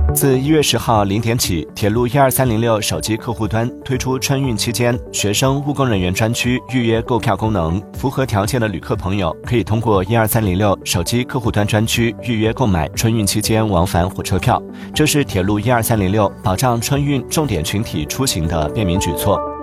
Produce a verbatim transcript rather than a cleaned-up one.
自一月十号零点起，铁路一二三零六手机客户端推出春运期间学生、务工人员专区预约购票功能。符合条件的旅客朋友可以通过一二三零六手机客户端专区预约购买春运期间往返火车票。这是铁路一二三零六保障春运重点群体出行的便民举措。